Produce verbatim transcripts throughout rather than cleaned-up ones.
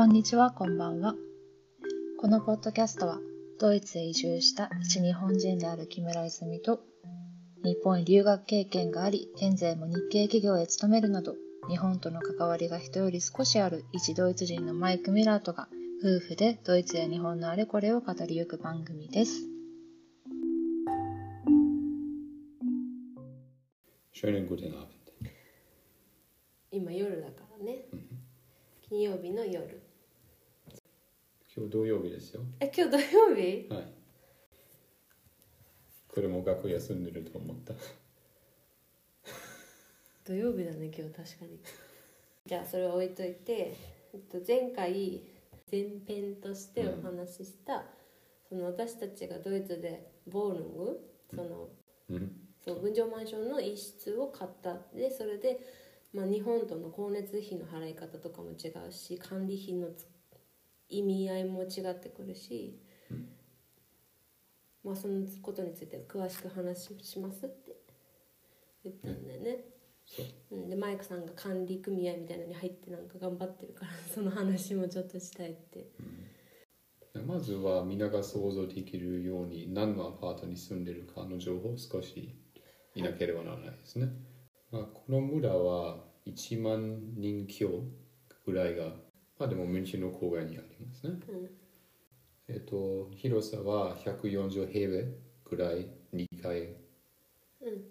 こんにちは、こんばんは。このポッドキャストはドイツへ移住した一日本人である木村泉と日本へ留学経験があり現在も日系企業へ勤めるなど日本との関わりが人より少しある一ドイツ人のマイク・ミラートが夫婦でドイツや日本のあれこれを語りゆく番組です。 Schönen guten Abend。 今夜だからね、うん、金曜日の夜。 今日土曜日ですよ。 え、今日土曜日？ はい。これも学校休んでると思った土曜日だね、今日確かに。じゃあそれは置いといて、前回前編としてお話しした、うん、その私たちがドイツでボールング、その、うん、そう分譲マンションの一室を買ったで、それで、まあ、日本との光熱費の払い方とかも違うし、管理費の意味合いも違ってくるし、うん、まあそのことについて詳しく話しますって言ったんだよね。うん、でマイクさんが管理組合みたいなのに入ってなんか頑張ってるからその話もちょっとしたいって、 うん、まずはみんなが想像できるように何のアパートに住んでるかの情報を少しいなければならないですね、はい。まあ、この村はいちまんにん強ぐらいが、まあ、でもミュンヘンの郊外にありますね、うん。えっと広さはひゃくよんじゅう平米ぐらい、にかい、うん、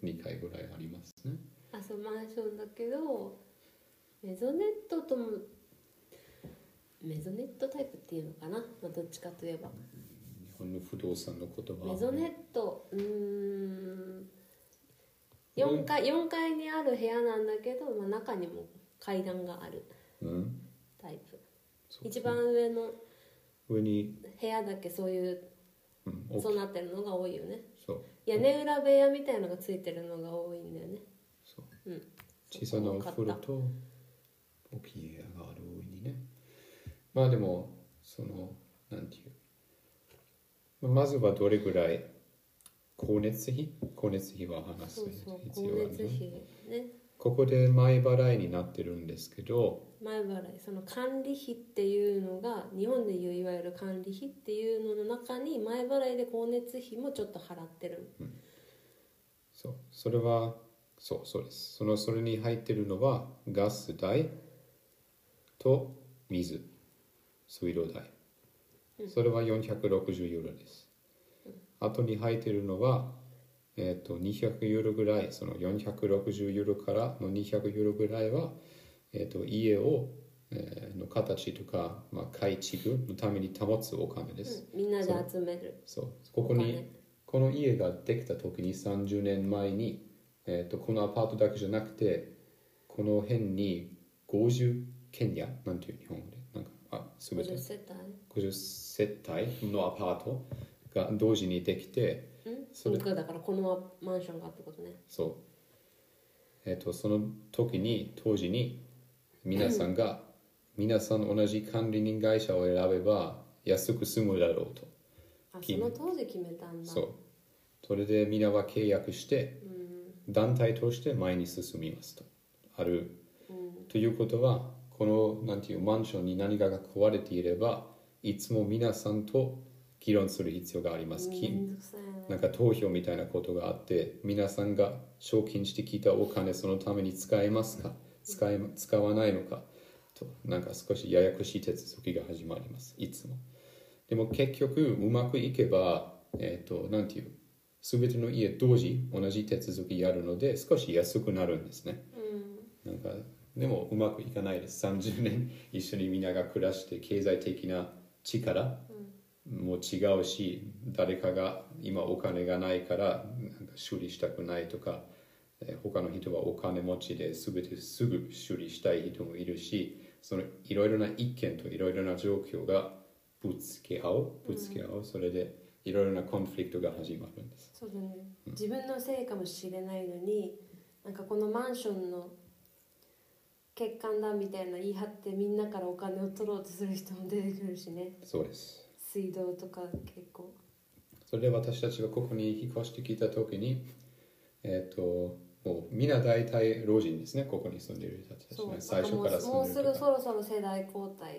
にかいぐらいありますね。 あ、そうマンションだけどメゾネットともメゾネットタイプっていうのかな、まあ、どっちかといえば日本の不動産の言葉、 メゾネット、うーんよんかい、よんかいにある部屋なんだけど、まあ、中にも階段があるタイプ、うん、一番上の上に部屋だけそういう、うん、そうなってるのが多いよね。 そう屋根裏部屋みたいなのがついてるのが多いんだよね。 そう、うん、小さなお風呂と大きい部屋がある上にね。まあでもそのなんていうまずはどれぐらい光熱費光熱費は話す必要がある。 そうそう光熱費ね。 ここで前払いになってるんですけど、 前払い、その管理費っていうのが日本でいういわゆる管理費っていうのの中に前払いで光熱費もちょっと払ってる、うん、 そうそれはそうそうですそのそれに入ってるのはガス代と水水道代、うん、それはよんひゃくろくじゅうユーロです、うん、後に入ってるのはえー、とにひゃくユーロぐらい、そのよんひゃくろくじゅうユーロからのにひゃくユーロぐらいは、えー、と家を、えー、の形とか、まあ、改築のために保つお金です、 うん、みんなで集める。 そう、ここにこの家ができた時にさんじゅうねんまえに、えー、とこのアパートだけじゃなくてこの辺にごじゅうけんやなんていう日本語でなんかあすべてごじゅう世帯のアパートが同時にできて、 それだからこのマンションがってことね。 そう、えっとその時に当時に皆さんが皆さん同じ管理人会社を選べば安く住むだろうと。 あ、その当時決めたんだ。 そう、それでみんなは契約して、うん、団体として前に進みますとある、うん、ということはこのなんていうマンションに何かが壊れていればいつも皆さんと議論する必要があります。なんか投票みたいなことがあって皆さんが賞金してきたお金そのために使えますか、使え使わないのかとなんか少しややこしい手続きが始まりますいつも。でも結局うまくいけばえっとなんていう全ての家同時同じ手続きやるので少し安くなるんですね、うん、なんかでもうまくいかないです。さんじゅうねん一緒にみんなが暮らして経済的な力、うん、も違うし誰かが今お金がないからなんか修理したくないとか他の人はお金持ちで全てすぐ修理したい人もいるしそのいろいろな意見といろいろな状況がぶつけ合うぶつけ合う、うん、それでいろいろなコンフリクトが始まるんです。 そうだね、うん、自分のせいかもしれないのになんかこのマンションの欠陥だみたいな言い張ってみんなからお金を取ろうとする人も出てくるしね。 そうです。 水道とか結構それで私たちがここに引っ越してきた時にえっ、ー、ともうみんな大体老人ですね。ここに住んでいる人たち、ね、最初から住んでいるもうすぐそろそろ世代交代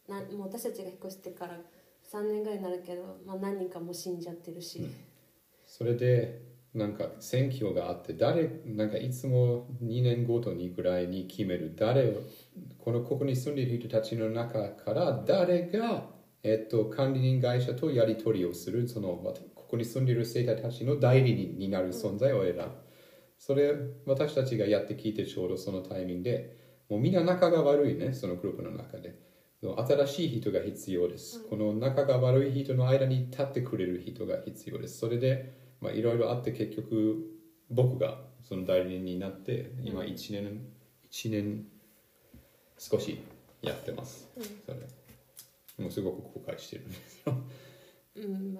なもう私たちが引っ越してからさんねんぐらいになるけど、まあ、何人かもう死んじゃってるし、うん、 それでなんか選挙があって誰なんかいつもにねんごとにぐらいに決める誰をこのここに住んでいる人たちの中から誰が、えっと、管理人会社とやり取りをするそのここに住んでいる生徒たちの代理人になる存在を選ぶ、うん、それ私たちがやって聞いてちょうどそのタイミングでもうみんな仲が悪いねそのグループの中で新しい人が必要です、うん、この仲が悪い人の間に立ってくれる人が必要です。それでまあいろいろあって結局僕がその代理人になって今いちねん、うん、いちねん少しやってます、うん、それもうすごく後悔してるんですようん、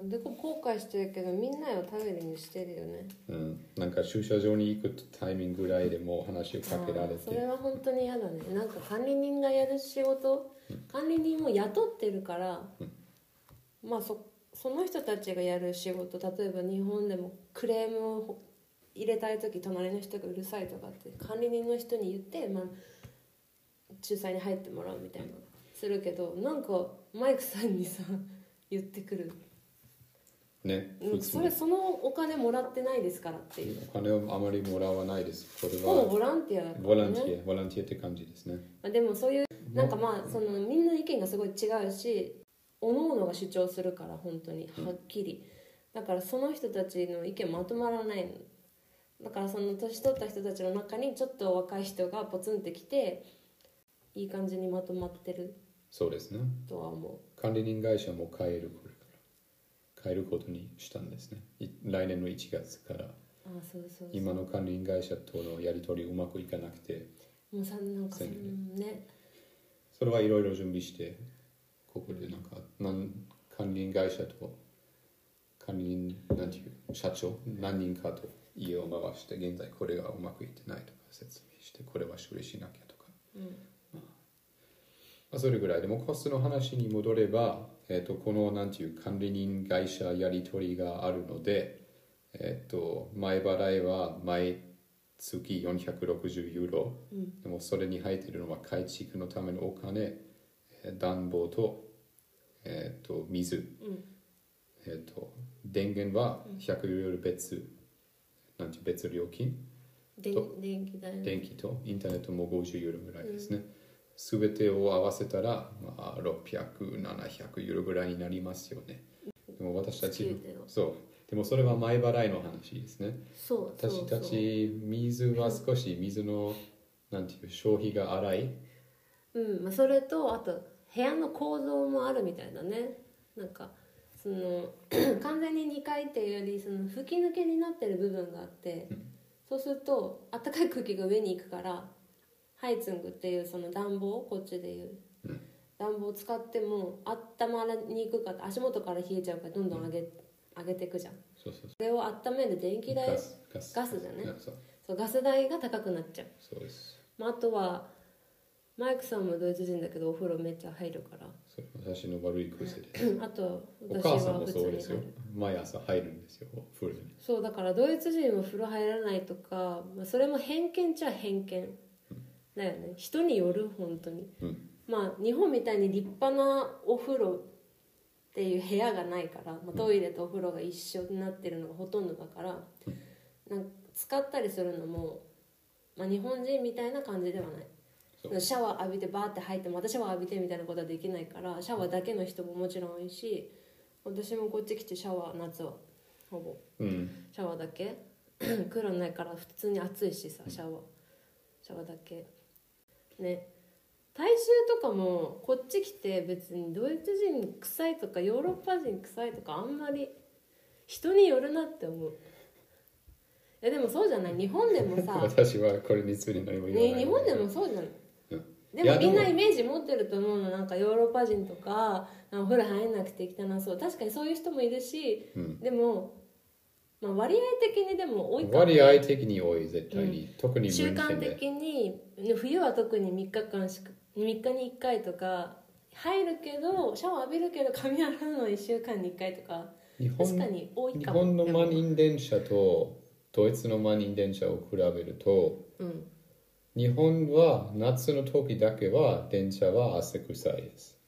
でも後悔してるけどみんなを頼りにしてるよね、 うん、なんか駐車場に行くタイミングぐらいでもう話をかけられてそれは本当に嫌だね。なんか管理人がやる仕事、うん、管理人も雇ってるから、うん、まあ そ, その人たちがやる仕事例えば日本でもクレームを入れたい時隣の人がうるさいとかって管理人の人に言って、まあ、仲裁に入ってもらうみたいなするけどなんかマイクさんにさ言ってくるね、 それそのお金もらってないですからっていうお金をあまりもらわないです。これはボランティアだからね。 ボランティアボランティアって感じですね。 でもそういうなんかまあそのみんな意見がすごい違うし各々が主張するから本当にはっきり、うん、だからその人たちの意見まとまらないのだからその年取った人たちの中にちょっと若い人がポツンってきていい感じにまとまってるそうですねとは思う。 管理人会社も変えるこれ変えることにしたんですね。来年のいちがつからあそうそうそう今の管理人会社とのやり取りうまくいかなくてもうさなんかそのねそれはいろいろ準備してここでなんかなん管理人会社と管理人なんていう社長何人かと家を回して現在これがうまくいってないとか説明してこれは処理しなきゃとか、うんまあ、まあそれぐらいでもコストの話に戻ればえー、とこのなんていう管理人会社やり取りがあるので、えー、と前払いは毎月よんひゃくろくじゅうユーロ、うん、でもそれに入っているのは改築のためのお金暖房と,、えー、と水、うんえー、と電源はひゃくユーロ別、うん、なんていう別料金と電気代、 電気とインターネットもごじゅうユーロぐらいですね、うんすべてを合わせたら、まあ、ろっぴゃく、ななひゃくユーロぐらいになりますよね。でも私たちそうでもそれは前払いの話ですね。 そう私たち水は少し水のなんていう消費が荒い。 うん、まあ、それとあと部屋の構造もあるみたいだね。なんかその完全ににかいっていうよりその吹き抜けになってる部分があって、うん、そうすると暖かい空気が上に行くから。ハイツングっていうその暖房こっちでいう、うん、暖房を使っても温まりにくかった足元から冷えちゃうからどんどん上げ、うん、上げていくじゃん。 そうそうそうそれを温める電気代ガスガスガスじゃねそうそうガス代が高くなっちゃう。 そうです、 まあ、あとはマイクさんもドイツ人だけどお風呂めっちゃ入るからそれ私の悪い癖です。 あと私はお母さんもそうですよ。毎朝入るんですよお風呂に。 そうだからドイツ人も風呂入らないとか、まあ、それも偏見っちゃ偏見だよね。人による本当に、うん、まあ日本みたいに立派なお風呂っていう部屋がないから、まあ、トイレとお風呂が一緒になってるのがほとんどだから、うん、なんか使ったりするのも、まあ、日本人みたいな感じではない。シャワー浴びてバーって入ってまたシャワー浴びてみたいなことはできないからシャワーだけの人ももちろん多いし私もこっち来てシャワー夏はほぼ、うん、シャワーだけ黒ないから普通に暑いしさシャワーシャワーだけね、大衆とかもこっち来て別にドイツ人臭いとかヨーロッパ人臭いとかあんまり人によるなって思う。えでもそうじゃない日本でもさ私はこれについて何も言わない、 ね、日本でもそうじゃない、うん、でもみんなイメージ持ってると思うのなんかヨーロッパ人とかお風呂入んなくて汚そう確かにそういう人もいるし、うん、でもまあ、割合的にでも多いかも、 ね、割合的に多い絶対に、うん、特に習慣的に冬は特にみっかかんしかみっかにいっかいとか入るけどシャワー浴びるけど髪洗うのいっしゅうかんにいっかいとか確かに多いかも。 日本の満員電車とドイツの満員電車を比べると、うん、日本は夏の時だけは電車は汗臭いです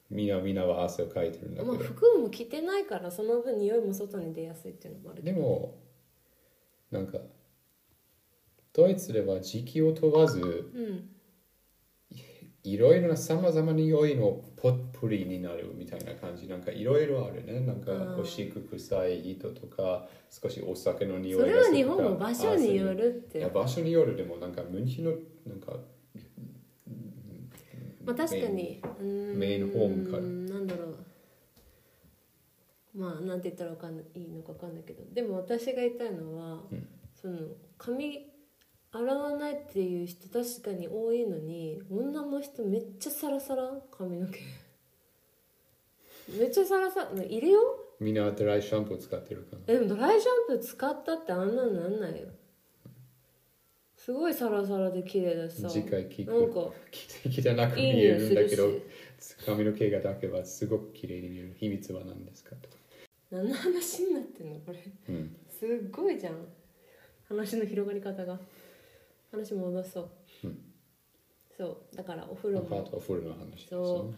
みんなみんなは汗をかいてるんだけど、 まあ、服も着てないからその分匂いも外に出やすいっていうのもあるけど。 でもなんかドイツでは時期を問わず、 うん、 いろいろなさまざまな匂いのポップリになるみたいな感じ、なんかいろいろあるね。なんかおしく臭い糸とか少しお酒の匂いがするとか。 それは日本も場所によるって。 いや場所による。でもなんかムンヒのなんか、 まあ確かにメインホームからなんだろう、まあなんて言ったらわかんないいいのかわかんないけど、でも私が言いたいのは、うん、その髪洗わないっていう人確かに多いのに、女の人めっちゃサラサラ、髪の毛めっちゃサラサラいるよ。 みんなドライシャンプー使ってるかな。 でもドライシャンプー使ったってあんなのなんないよ。すごいサラサラで綺麗だしさ、 次回聞く。 なんか汚く見えるんだけど、髪の毛がだけはすごく綺麗に見える。秘密は何ですかと。 何の話になってんのこれ、うん、すっごいじゃん話の広がり方が。話戻そう、うん、そうだからお風呂もあとお風呂の話ですそう、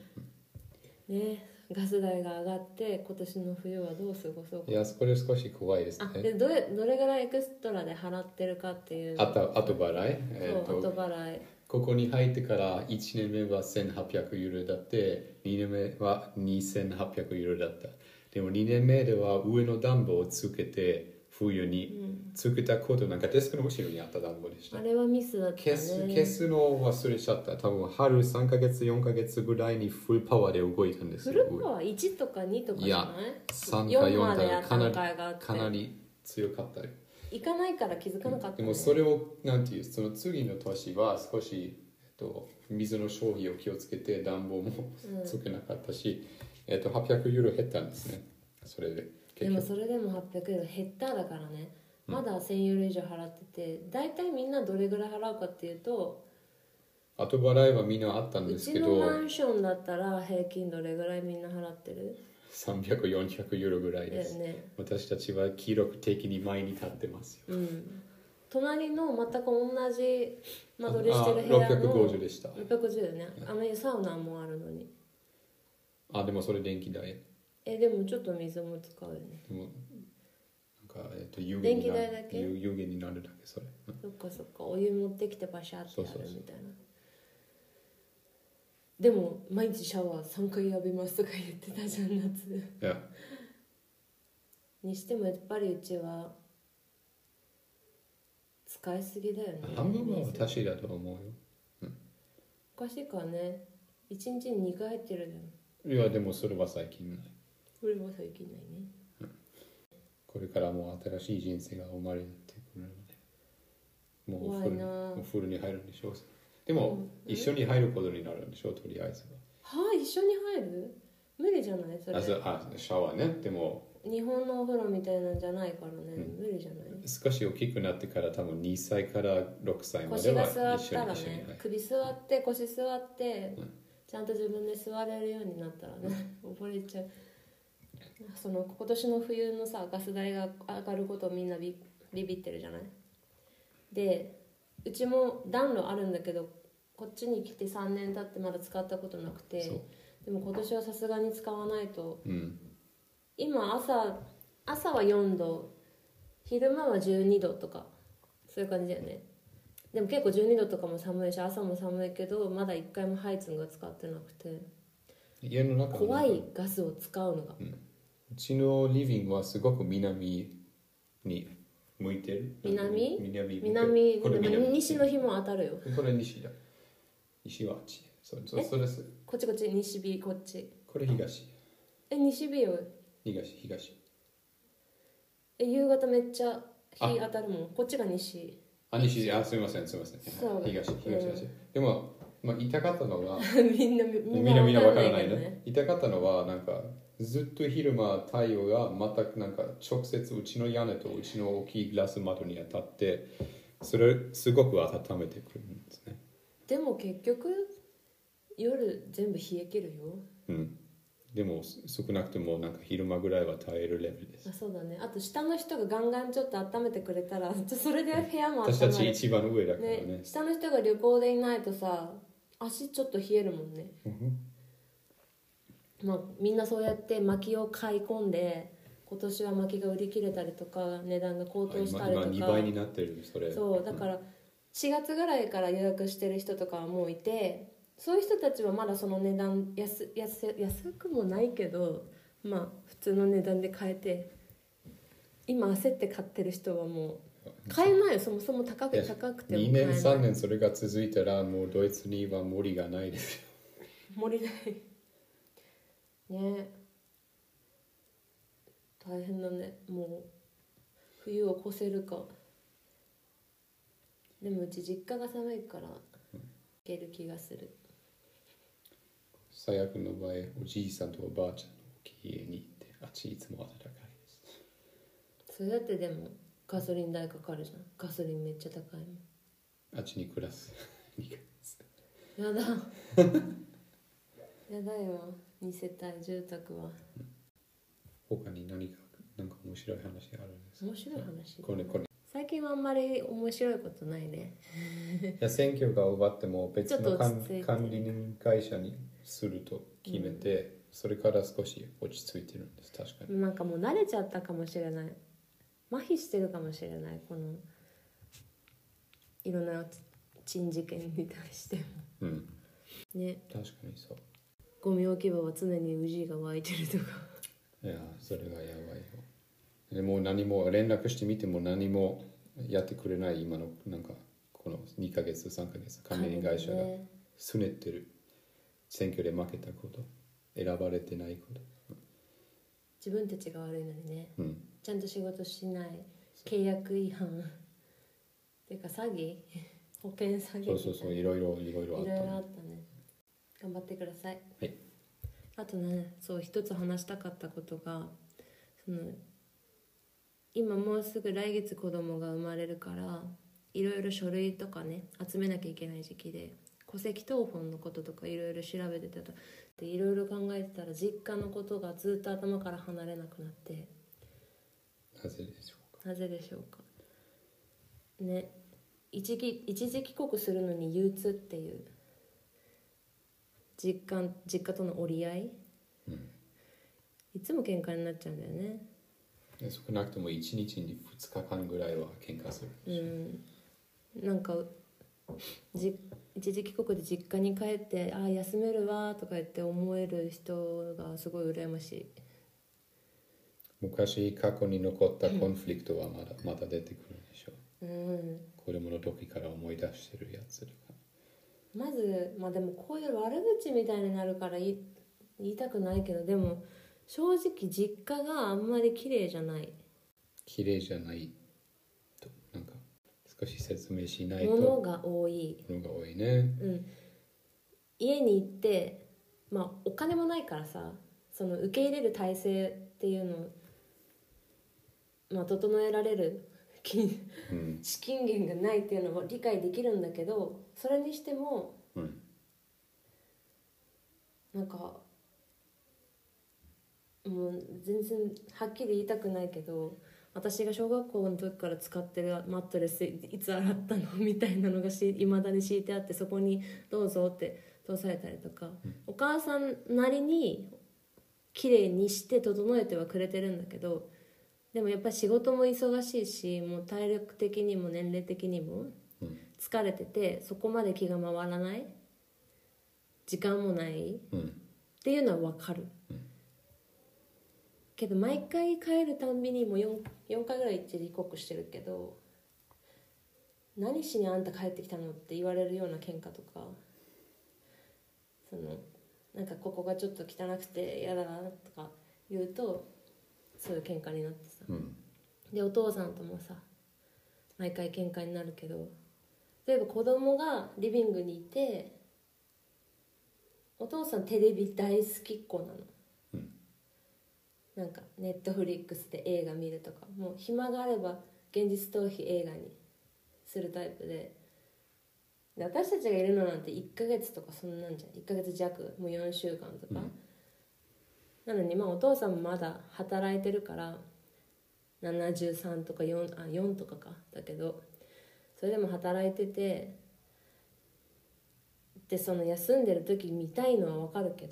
ね、ガス代が上がって今年の冬はどう過ごそうか。 いやこれ少し怖いですね。 あで ど, れどれぐらいエクストラで払ってるかっていうあと後払い、 えー、そう後払い。 ここに入ってからいちねんめはせんはっぴゃくユーロだって、にねんめはにせんはっぴゃくユーロだった。でもにねんめでは上の暖房をつけて冬につけたこと、うん、なんかデスクの後ろにあった暖房でした。 あれはミスだったね。 消す、消すのを忘れちゃった。多分春さんかげつよんかげつぐらいにフルパワーで動いたんですよ。 フルパワーいちとかにとかじゃない？いやさんかよんかかなりかなり強かったよ。 行かないから気づかなかった、ね、 でもそれをなんていうその次の年は少し、えっと、水の消費を気をつけて暖房もつけなかったし、うん、えっと、はっぴゃくユーロ減ったんですね。それででもそれでもはっぴゃくユーロ減っただからね、まだせんユーロ以上払ってて、大体みんなどれぐらい払うかっていうと、 後払いはみんなあったんですけど、 うちのマンションだったら平均どれぐらいみんな払ってる？ さんびゃく、よんひゃくユーロぐらいです、ね、私たちは記録的に前に立ってますよ、うん、 隣の全く同じ間取りしてる部屋のろっぴゃくごじゅうでした。 ろっぴゃくごじゅうだよね、あのサウナもあるのに。 あ、でもそれ電気代。 え、でもちょっと水も使うよね。 でもなんか、えっと、湯気電気代だけ？ 湯気になるだけそれ、 うん、そっかそっか、お湯持ってきてバシャってやるみたいな。そうそうそう。でも毎日シャワーさんかい浴びますとか言ってたじゃん夏。いやにしてもやっぱりうちは使いすぎだよね。 半分は私だと思うよ、うん、 おかしいからね、いちにちににかい入ってるじゃん。いやでもそれは最近ない。 それは最近ないね、 うん、これからもう新しい人生が生まれてくるので、もうお風呂、お風呂に入るんでしょう。でも、うん、一緒に入ることになるんでしょう、とりあえずは。はあ、一緒に入る？無理じゃないそれ。あ、 あ、シャワーね。でも日本のお風呂みたいなんじゃないからね、うん、無理じゃない。 少し大きくなってから多分にさいからろくさいまでは腰が座ったらね、首座って腰座って、うん、ちゃんと自分で座れるようになったらね溺れちゃう。その今年の冬のさガス代が上がることをみんなビビビってるじゃない。でうちも暖炉あるんだけど、こっちに来てさんねん経ってまだ使ったことなくて、でも今年はさすがに使わないと、うん、今朝朝はよんど、昼間はじゅうにどとかそういう感じだよね。でも結構じゅうにどとかも寒いし朝も寒いけど、まだいっかいもハイツンが使ってなくて、 家の中怖いガスを使うのが、 うん、うちのリビングはすごく南に向いてる。 南南南これ南西の日も当たるよ。 これ西だ。西はあっち。そうそうそうです。 こっちこっち、西日こっち。 これ東。 え、西日よ。 東東。 え、夕方めっちゃ日当たるもん。こっちが西。 あ、西、あ、すみませんすみません。そう東東東、うん。でもまあ言いたかったのはみんなみんなみんなわからないね。言いたかったのはなんか。ずっと昼間太陽がまたなんか直接うちの屋根とうちの大きいグラス窓に当たって、それすごく温めてくるんですね。 でも結局夜全部冷え切るよ。 うん。でも少なくともなんか昼間ぐらいは耐えるレベルです。 あ、そうだね。あと下の人がガンガンちょっと温めてくれたら、それで部屋も温まる。 私たち一番上だからね。 ね、下の人が旅行でいないとさ、足ちょっと冷えるもんね。 うんまあ、みんなそうやって薪を買い込んで今年は薪が売り切れたりとか値段が高騰したりとか、 今にばいになってるそれ。 そうだからしがつぐらいから予約してる人とかはもういて、そういう人たちはまだその値段 安, 安, 安くもないけど、まあ普通の値段で買えて、今焦って買ってる人はもう買えないよ。そもそも高く高くても買えない。 にねんさんねんそれが続いたらもうドイツには森がないですよ。 森ないね。大変だね。もう冬を越せるか。でもうち実家が寒いからいける気がする。 最悪の場合おじいさんとおばあちゃんの家に行って、あっちいつも暖かいです。 それだってでもガソリン代かかるじゃん。ガソリンめっちゃ高いもん。 あっちに暮らすやだやだよ。に世帯住宅は。 他に何かなんか面白い話あるんですか？ 面白い話、 これこれ最近はあんまり面白いことないね。 いや選挙が終わっても別のちょっと落ち着いて管理人会社にすると決めて、うん、それから少し落ち着いてるんです。確かになんかもう慣れちゃったかもしれない。麻痺してるかもしれない。このいろんな珍事件に対しても、 うんね、 確かにそう。 ゴミ置き場は常にウジが湧いてるとか。 いやそれがやばいよ。でも何も連絡してみても何もやってくれない。今のなんかこのにかげつさんかげつ管理人会社がすねってる。選挙で負けたこと、選ばれてないこと、 自分たちが悪いのにね、 うん、 ちゃんと仕事しない、契約違反っていうか詐欺保険詐欺みたいな。 そうそうそういろいろいろいろあった、ね、 いろいろあったね。頑張ってください。 はい。 あとね、そう一つ話したかったことが、その今もうすぐ来月子供が生まれるからいろいろ書類とかね集めなきゃいけない時期で、戸籍謄本のこととかいろいろ調べてたとでいろいろ考えてたら実家のことがずっと頭から離れなくなって。 なぜでしょうか。 なぜでしょうかね。一時一時帰国するのに憂鬱っていう実家実家との折り合い、 うん、 いつも喧嘩になっちゃうんだよね。 少なくともいちにちにふつかかんぐらいは喧嘩する。 うん、なんかじ一時帰国で実家に帰ってああ休めるわとか言って思える人がすごい羨ましい。 昔過去に残ったコンフリクトはまだ、うん、また出てくるでしょう、 うん、 子供の時から思い出してるやつとか。 まずまあでもこういう悪口みたいになるから言い、言いたくないけど、でも正直実家があんまり綺麗じゃない。 綺麗じゃないとなんか少し説明しないと。 物が多い。 物が多いね。 うん。家に行ってまあお金もないからさ、その受け入れる体制っていうのをまあ整えられる金、うん、資金源がないっていうのも理解できるんだけど、それにしても、うん、なんかもう全然はっきり言いたくないけど、私が小学校の時から使ってるマットレスいつ洗ったのみたいなのがいまだに敷いてあって、そこにどうぞって通されたりとか、うん、お母さんなりに綺麗にして整えてはくれてるんだけど、でもやっぱり仕事も忙しいし、もう体力的にも年齢的にも疲れてて、そこまで気が回らない、時間もない、うん、っていうのは分かる、うん、けど毎回帰るたんびにもう 4, 4回ぐらい一時帰国してるけど、何しにあんた帰ってきたのって言われるような喧嘩とか、そのなんかここがちょっと汚くて嫌だなとか言うとそういう喧嘩になってさ、うん、でお父さんともさ毎回喧嘩になるけど、例えば子供がリビングにいて、お父さんテレビ大好きっ子なの、うん、なんかネットフリックスで映画見るとか、もう暇があれば現実逃避映画にするタイプで、で私たちがいるのなんていっかげつとかそんなんじゃん、いっかげつ弱、もうよんしゅうかんとか、うん、なのにまあお父さんもまだ働いてるからななじゅうさんとか 4, あよんとかかだけど、それでも働いてて、でその休んでる時見たいのは分かるけど、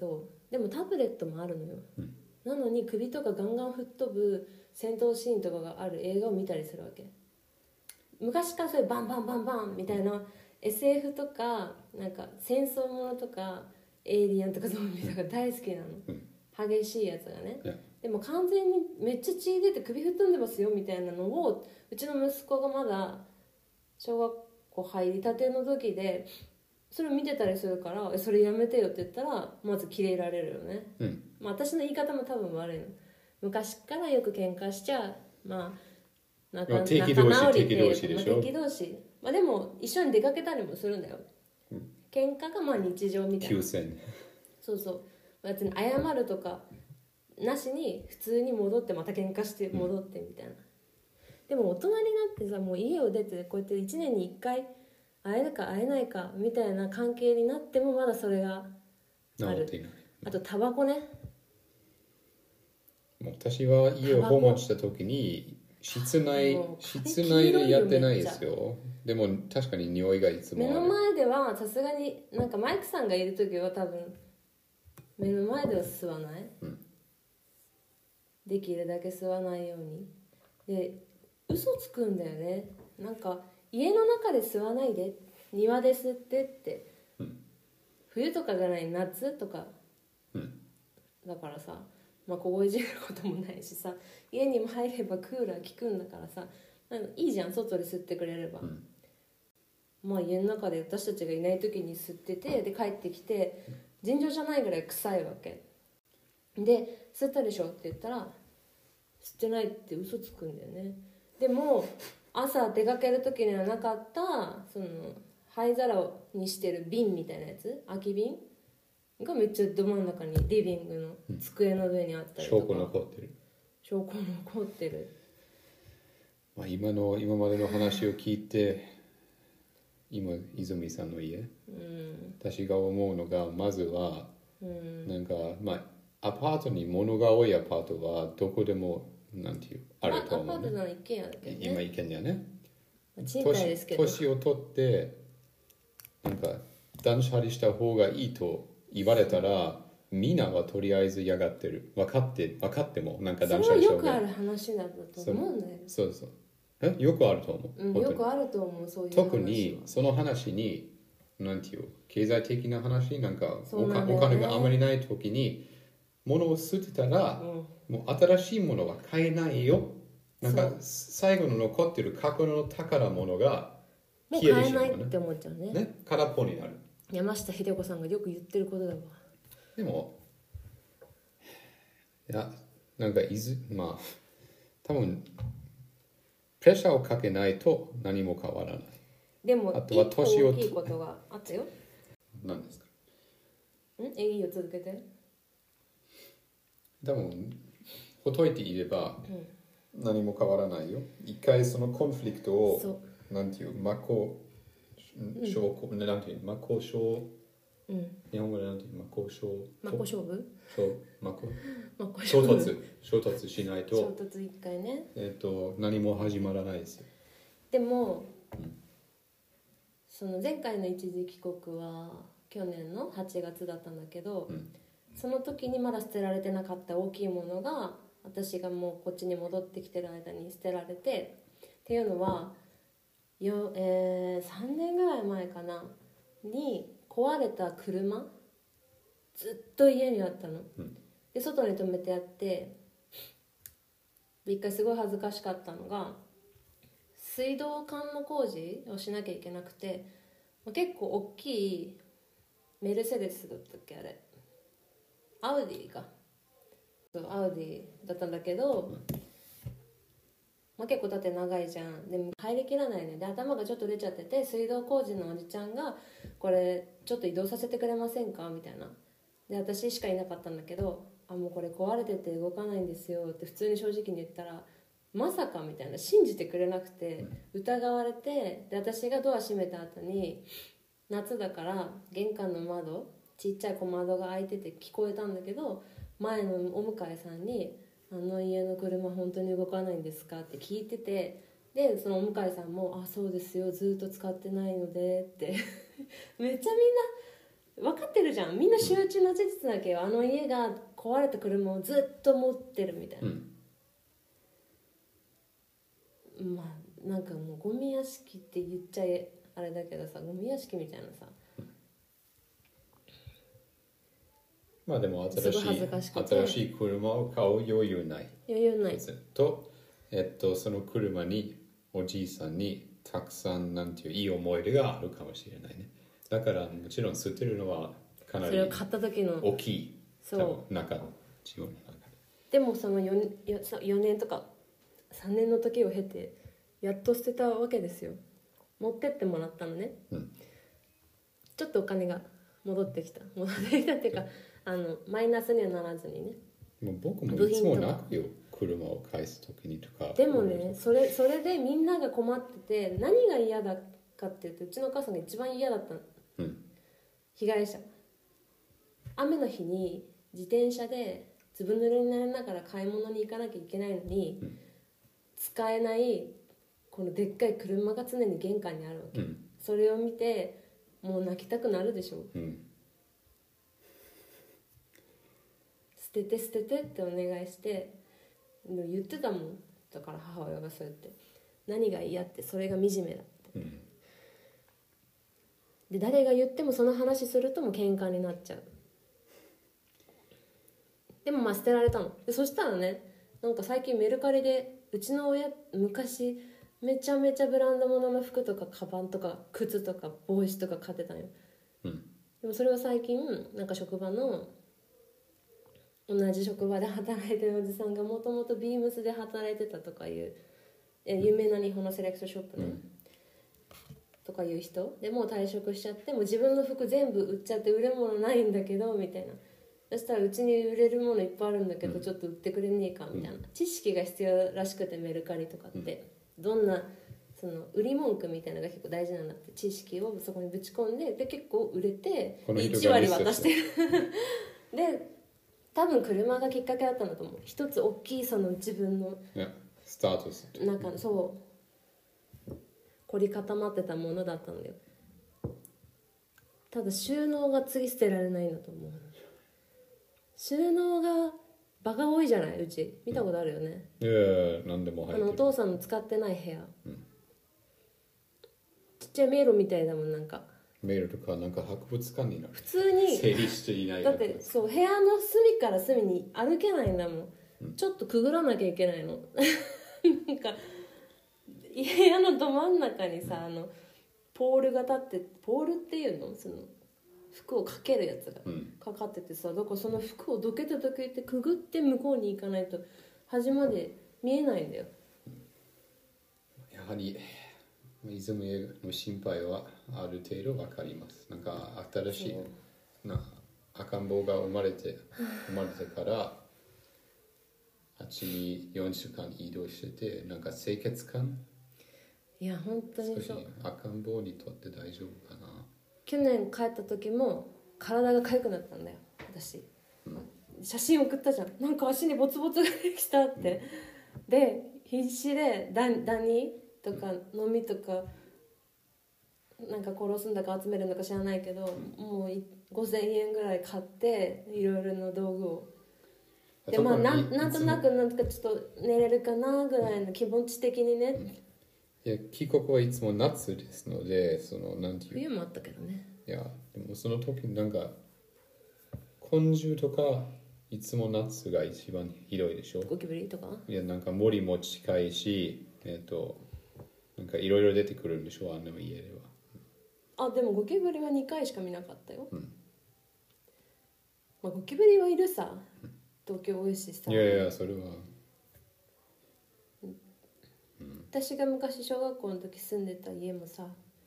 でもタブレットもあるのよ、 うん、 なのに首とかガンガン吹っ飛ぶ戦闘シーンとかがある映画を見たりするわけ。昔からそういうバンバンバンバンみたいな エスエフ とかなんか戦争ものとかエイリアンとかゾンビとか大好きなの、うん、激しいやつがね、でも完全にめっちゃ血出て首吹っ飛んでますよみたいなのをうちの息子がまだ小学校入りたての時でそれを見てたりするからそれやめてよって言ったらまずキレられるよね、うんまあ、私の言い方も多分悪いの。昔からよく喧嘩しちゃまあ仲敵同士敵同士でしょ、 まあ、敵同士、まあ、でも一緒に出かけたりもするんだよ、うん、喧嘩がまあ日常みたいな。 休戦。 そうそう、別に謝るとかなしに普通に戻ってまた喧嘩して戻ってみたいな、うん、でも大人になってさもう家を出てこうやっていちねんにいっかい会えるか会えないかみたいな関係になってもまだそれがある。あとタバコね。 私は家を訪問した時に室内室内でやってないですよ。でも確かに匂いがいつもある。 目の前ではさすがになんかマイクさんがいる時は多分目の前では吸わない、うん、できるだけ吸わないように。で嘘つくんだよね。なんか家の中で吸わないで庭で吸ってって、うん、冬とかじゃない夏とか、うん、だからさまあ凍えじることもないしさ家にも入ればクーラー効くんだからさなんかいいじゃん外で吸ってくれれば、うん、まあ家の中で私たちがいない時に吸っててで帰ってきて尋常じゃないぐらい臭いわけで吸ったでしょって言ったら吸ってないって嘘つくんだよね。でも朝出かける時にはなかったその灰皿にしてる瓶みたいなやつ空き瓶がめっちゃど真ん中にリビングの机の上にあったりとか、 証拠残ってる証拠残ってる、 まあ、今の今までの話を聞いて今泉さんの家、うん、私が思うのがまずは、うん、なんかまあアパートに物が多いアパートはどこでもなんていうあると思う、ね、 アパートの一軒家だけどね今一軒家ね賃貸ですけど年を取ってなんか断捨離した方がいいと言われたらみんなはとりあえず嫌がってる分かって分かってもなんか断捨離した方がそれはよくある話だと思うんだよ。 そうそうえよくあると思う、 うん、よくあると思うそういう話特にその話になんていう経済的な話なんかおか、ね、お金があまりない時に物を捨てたら、うん、もう新しいものは買えないよ。なんか最後の残ってる過去の宝物が消えてしまう、ね、もう買えないって思っちゃうね。 ね、空っぽになる。 山下秀子さんがよく言ってることだわ。 でもいやなんかいずまあ多分プレッシャーをかけないと何も変わらない。 でもあとは年を大きいことがあったよ。 何ですか？ んえいいよ続けて。 多分ほっといていれば何も変わらないよ。一回そのコンフリクトをなんていう真っ向勝負、うん、なんていう真っ向勝負、うん、日本語でなんていう真っ向勝負真っ向勝負そう真っ向衝突衝突しないと衝突一回ねえっと何も始まらないですよ。 でも、うん、その前回の一時帰国は去年のはちがつだったんだけど、うん、その時にまだ捨てられてなかった大きいものが私がもうこっちに戻ってきてる間に捨てられてっていうのはよ、えー、さんねんぐらい前かなに壊れた車ずっと家にあったの、うん、で外に止めてあって一回すごい恥ずかしかったのが水道管の工事をしなきゃいけなくて結構大きいメルセデスだったっけあれアウディかアウディだったんだけど、まあ、結構だって長いじゃん。でも入りきらないね。で頭がちょっと出ちゃってて水道工事のおじちゃんがこれちょっと移動させてくれませんかみたいな。で私しかいなかったんだけどあもうこれ壊れてて動かないんですよって普通に正直に言ったらまさかみたいな信じてくれなくて疑われてで私がドア閉めた後に夏だから玄関の窓ちっちゃい小窓が開いてて聞こえたんだけど前のお向かいさんにあの家の車本当に動かないんですかって聞いててでそのお向かいさんもあそうですよずっと使ってないのでってめっちゃみんな分かってるじゃん、みんな周知の事実だけど、うん、あの家が壊れた車をずっと持ってるみたいな、うん、まあなんかもうゴミ屋敷って言っちゃえあれだけどさ、ゴミ屋敷みたいなさ、 まあでも新しい新しい車を買う余裕ない余裕ないと、えっと、その車におじいさんにたくさんなんていういい思い出があるかもしれないね。だからもちろん捨てるのはかなり大きい、 そう中の自分の中で。でもその 4, よねんとかさんねんの時を経てやっと捨てたわけですよ。持ってってもらったのね、うん、ちょっとお金が戻ってきた戻ってきたっていうかあのマイナスにはならずにね。 もう僕もいつも泣くよ、車を返す時にとか。 でもねそれそれでみんなが困ってて、何が嫌だかっていうと、うちのお母さんが一番嫌だったの、うん、被害者。雨の日に自転車でずぶ濡れになりながら買い物に行かなきゃいけないのに、うん、使えないこのでっかい車が常に玄関にあるわけ、うん、それを見てもう泣きたくなるでしょ、うん、捨てて捨ててってお願いして言ってたもん。だから母親がそうやって何が嫌ってそれが惨めだって、うん、で誰が言ってもその話するともう喧嘩になっちゃう。でもまあ捨てられたので、そしたらね、なんか最近メルカリでうちの親昔めちゃめちゃブランド物の服とかカバンとか靴とか帽子とか買ってたんよ、うん、でもそれは最近なんか職場の同じ職場で働いてるおじさんがもともとビームスで働いてたとかいう有名な日本のセレクトショップね、うん、とかいう人でもう退職しちゃって、もう自分の服全部売っちゃって売れ物ないんだけどみたいな、そしたらうちに売れるものいっぱいあるんだけど、うん、ちょっと売ってくれねえかみたいな、うん、知識が必要らしくてメルカリとかって、うん、どんなその売り文句みたいなのが結構大事なんだって。知識をそこにぶち込んで、で結構売れていち割渡してるで多分車がきっかけだったんだと思う。一つ大きいその自分のスタートするなんかそう凝り固まってたものだったんだよ。ただ収納が次捨てられないんだと思う。収納がバカ多いじゃない、うち見たことあるよね。 いや何でも入ってる。 あのお父さんの使ってない部屋、うん、ちっちゃい迷路みたいだもん。なんか迷路とかなんか博物館になる。 普通に整理していない。 だってそう部屋の隅から隅に歩けないんだもん、うん、ちょっとくぐらなきゃいけないのなんか部屋のど真ん中にさ、あのポールが立って、ポールっていうのその服をかけるやつがかかっててさ、だからその服をどけてどけてくぐって向こうに行かないと端まで見えないんだよ。 やはり泉の心配はある程度わかります。なんか新しいな赤ん坊が生まれて生まれてからあっちによんしゅうかん移動してて、なんか清潔感、 いや本当にそう。 少し赤ん坊にとって大丈夫かな。 去年帰った時も体が痒くなったんだよ私、うん、写真送ったじゃん。なんか足にボツボツができたって、うん、で必死でダニとか飲みとかなんか殺すんだか集めるんだか知らないけど、うん、もうごせんえんぐらい買っていろいろな道具をで、まあ、な, なんとなくなんかちょっと寝れるかなぐらいの気持ち的にね、うんいや帰国はいつも夏ですので、そのなんていう冬もあったけどね。 いやでもその時なんか昆虫とかいつも夏が一番ひどいでしょ。 ゴキブリとかいやなんか森も近いし、えっ、ー、となんかいろいろ出てくるんでしょあの家では。あでもゴキブリはにかいしか見なかったよ、うんまあ、ゴキブリはいるさ、うん、東京多いしさ。 いやいやそれは私が昔小学校の時住んでた家もさ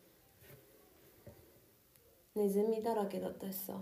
ネズミだらけだったしさ、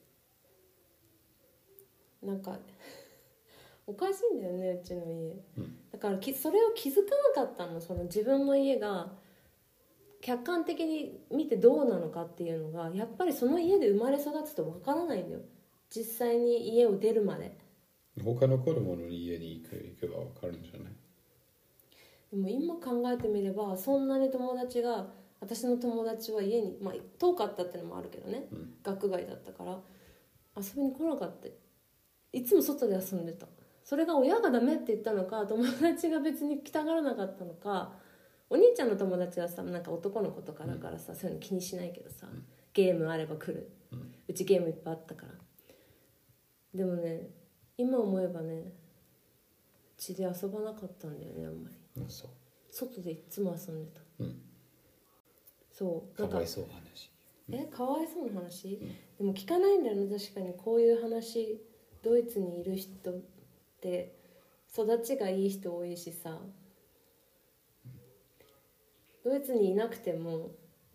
うん、なんかおかしいんだよねうちの家、うん、だからきそれを気づかなかったの。その自分の家が客観的に見てどうなのかっていうのがやっぱりその家で生まれ育つとわからないんだよ、実際に家を出るまで。 他の子供の家に行く行けばわかるんじゃない。 でも今考えてみればそんなに友達が私の友達は家に、まあ、遠かったってのもあるけどね、 うん、 学外だったから遊びに来なかった。いつも外で遊んでた。それが親がダメって言ったのか、友達が別に来たがらなかったのか。お兄ちゃんの友達はさ、なんか男の子とかだからさ、うん、そういうの気にしないけどさ、うん、ゲームあれば来る、うん、うちゲームいっぱいあったから。でもね、今思えばね、うちで遊ばなかったんだよね、あんまり、 うん、そう外でいつも遊んでた、 うん、 そうかわいそうな話、 うん、えかわいそうな話、 うん、 でも聞かないんだよね。確かにこういう話、ドイツにいる人って育ちがいい人多いしさ、ドイツにいなくても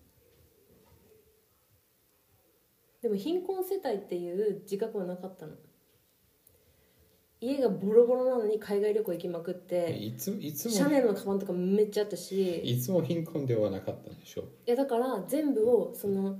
でも貧困世帯っていう自覚はなかったの。家がボロボロなのに海外旅行行きまくって、 いついつもシャネルのカバンとかめっちゃあったし、 いつも貧困ではなかったんでしょ。 いやだから全部をその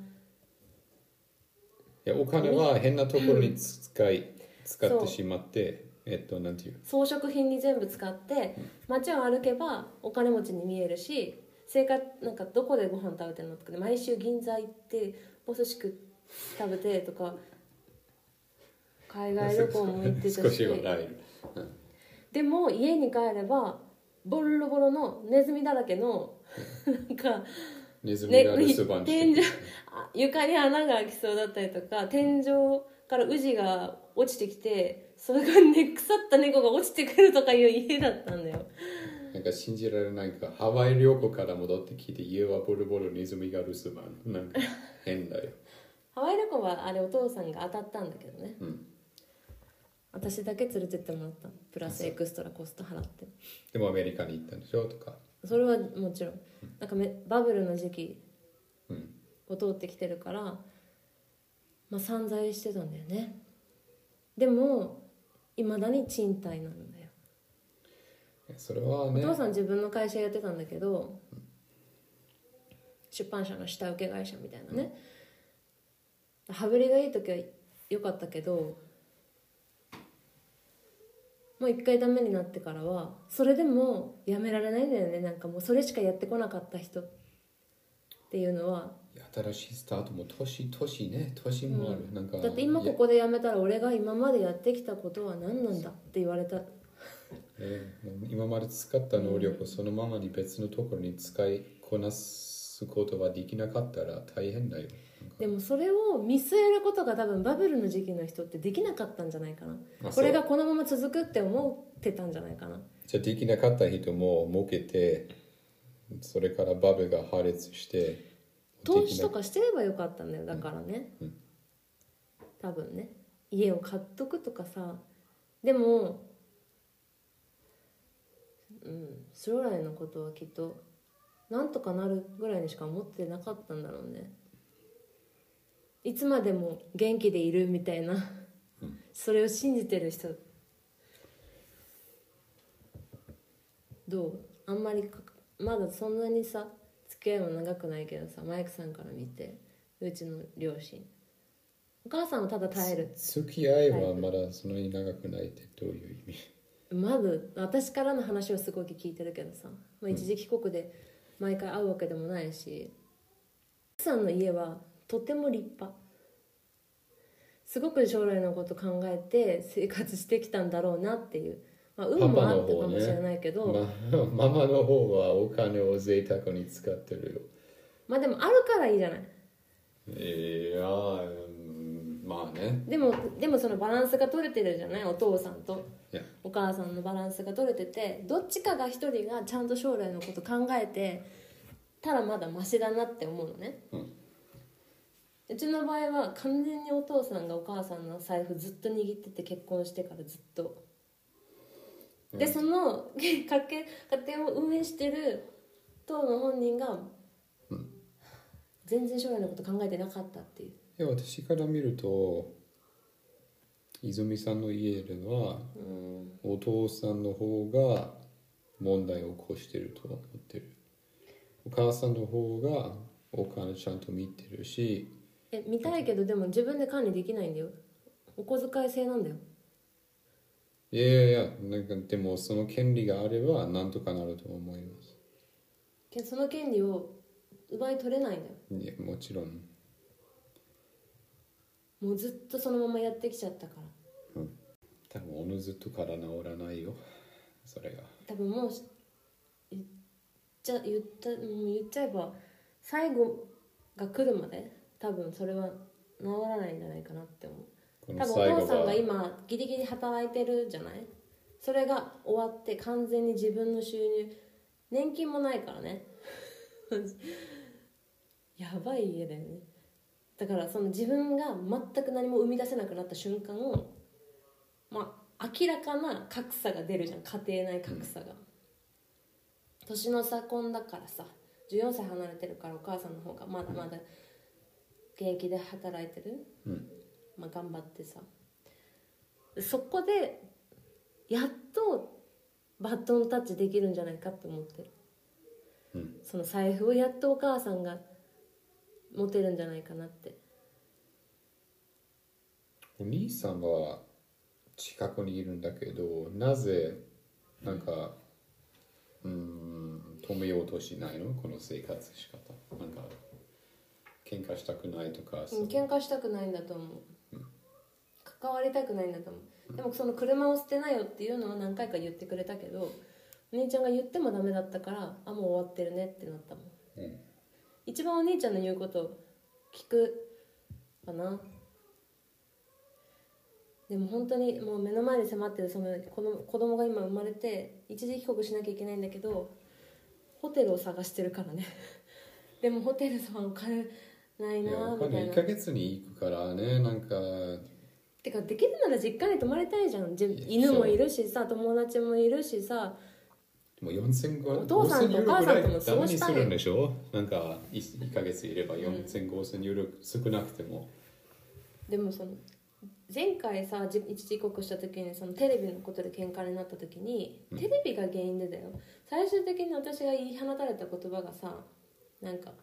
いやお金は変なところに使い、うん、使ってしまってえっとなんていう装飾品に全部使って街を歩けばお金持ちに見えるし、生活なんかどこでご飯食べてるのとかで毎週銀座行ってお寿司食べてとか海外旅行も行ってたし少しはない、うん、 でも家に帰ればボロボロのネズミだらけのなんかネズミが留守番して天井床に穴が開きそうだったりとか、天井からウジが落ちてきてそれがね腐った猫が落ちてくるとかいう家だったんだよ。 なんか信じられないか、ハワイ旅行から戻ってきて家はボロボロネズミが留守番、なんか変だよ。 ハワイ旅行はあれお父さんが当たったんだけどね、 うん、 私だけ連れてってもらったの、プラスエクストラコスト払って。 でもアメリカに行ったんでしょとか。 それはもちろん、うん、なんかめバブルの時期を通ってきてるから、まあ、散財してたんだよね。でもいまだに賃貸なんだよ。 それはね、 お父さん自分の会社やってたんだけど、うん、出版社の下請け会社みたいなね、うん、羽振りがいい時は良かったけど、もう一回ダメになってからはそれでもやめられないんだよね。なんかもうそれしかやってこなかった人っていうのは、 新しいスタートも年年ね年もある、うん、なんかだって今ここでやめたら俺が今までやってきたことは何なんだって言われた。 えー、今まで使った能力をそのままに別のところに使いこなすことができなかったら大変だよ。 でもそれを見据えることが多分バブルの時期の人ってできなかったんじゃないかな。これがこのまま続くって思ってたんじゃないかな。 じゃあできなかった人も儲けて、それからバブルが破裂して投資とかしてればよかったんだよ。だからね、うんうん、多分ね家を買っとくとかさ。でもうん、将来のことはきっとなんとかなるぐらいにしか思ってなかったんだろうね。いつまでも元気でいるみたいな、うん、それを信じてる人どう？あんまりまだそんなにさ付き合いも長くないけどさ、マイクさんから見てうちの両親、お母さんはただ耐える。 付き合いはまだそんなに長くないってどういう意味？ まず私からの話はすごい聞いてるけどさ、まあ、一時帰国で毎回会うわけでもないし、奥さんの家はとても立派、すごく将来のこと考えて生活してきたんだろうなっていう、まあ、運もあったかもしれないけど、 ね、ま、ママの方はお金を贅沢に使ってるよ。 まあでもあるからいいじゃない。 いやまあね、 でもでもそのバランスが取れてるじゃない、お父さんとお母さんのバランスが取れてて、どっちかが一人がちゃんと将来のこと考えてたらまだマシだなって思うのね、うん、うちの場合は完全にお父さんがお母さんの財布ずっと握ってて、結婚してからずっと、うん、でその家家庭を運営してる当の本人が、うん、全然将来のこと考えてなかったっていう。 いや私から見ると泉さんの家では、うん、お父さんの方が問題を起こしてると思ってる。お母さんの方がお金ちゃんと見てるし。 え見たいけどでも自分で管理できないんだよ。お小遣い制なんだよ。 いやいやいや、なんかでもその権利があればなんとかなると思います。 その権利を奪い取れないんだよ。 いやもちろん、 もうずっとそのままやってきちゃったから、 うん、多分おのずとから治らないよそれが。 多分もう言っちゃ言ったもう言っちゃえば最後が来るまで多分それは治らないんじゃないかなって思う。 この多分最後はお父さんが今ギリギリ働いてるじゃない。それが終わって完全に自分の収入、年金もないからねやばい家だよね。だからその自分が全く何も生み出せなくなった瞬間を、まあ明らかな格差が出るじゃん、家庭内格差が、うん、年の差婚だからさ、じゅうよんさい離れてるからお母さんの方がまだまだ現役で働いてる、 うん、 まあ頑張ってさ、そこでやっとバトンタッチできるんじゃないかって思ってる、 うん、 その財布をやっとお母さんが持てるんじゃないかなって。 お兄さんは近くにいるんだけど、なぜなんかうーん止めようとしないの、この生活仕方。なんか喧嘩したくないとか。 うん、喧嘩したくないんだと思う、 うん、 関わりたくないんだと思う。でもその車を捨てなよっていうのは何回か言ってくれたけど、お兄ちゃんが言ってもダメだったから、あもう終わってるねってなったもん、うん、一番お兄ちゃんの言うことを聞くかな。でも本当にもう目の前に迫ってるその子供、子供が今生まれて一時帰国しなきゃいけないんだけど、ホテルを探してるからねでもホテルさんお金ないなみたいな。いっかげつに行くからね、なんかてかできるなら実家に泊まりたいじゃん。犬もいるしさ、友達もいるしさ、 もうよんせんごひゃく、 お父さんとお母さんとも過ごしたい。 ダメにするんでしょ。なんかいっかげついればよんせんごせんユーロ少なくても。 でもその前回さ一時帰国した時にそのテレビのことで喧嘩になった時に、テレビが原因でだよ。最終的に私が言い放たれた言葉がさ、なんか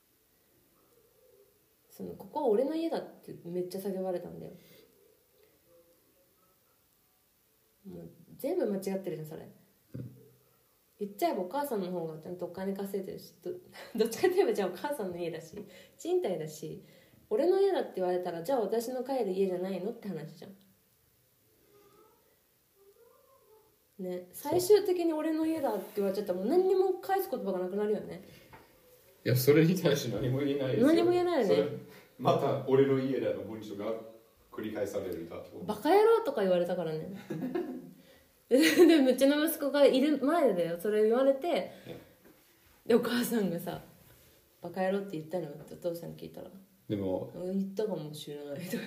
そのここは俺の家だってめっちゃ叫ばれたんだよ。もう全部間違ってるじゃんそれ。言っちゃえばお母さんの方がちゃんとお金稼いでるし、 ど, どっちかといえばじゃあお母さんの家だし賃貸だし、俺の家だって言われたらじゃあ私の帰る家じゃないのって話じゃんね。最終的に俺の家だって言われちゃったらもう何にも返す言葉がなくなるよね。 いやそれに対して何も言えないですよ。 何も言えないよね。 また俺の家だの文章が繰り返されるだと。 バカ野郎とか言われたからねでうちの息子がいる前でだよそれ言われて、でお母さんがさバカ野郎って言ったのってお父さんに聞いたら、でも言ったかもしれないとか言って、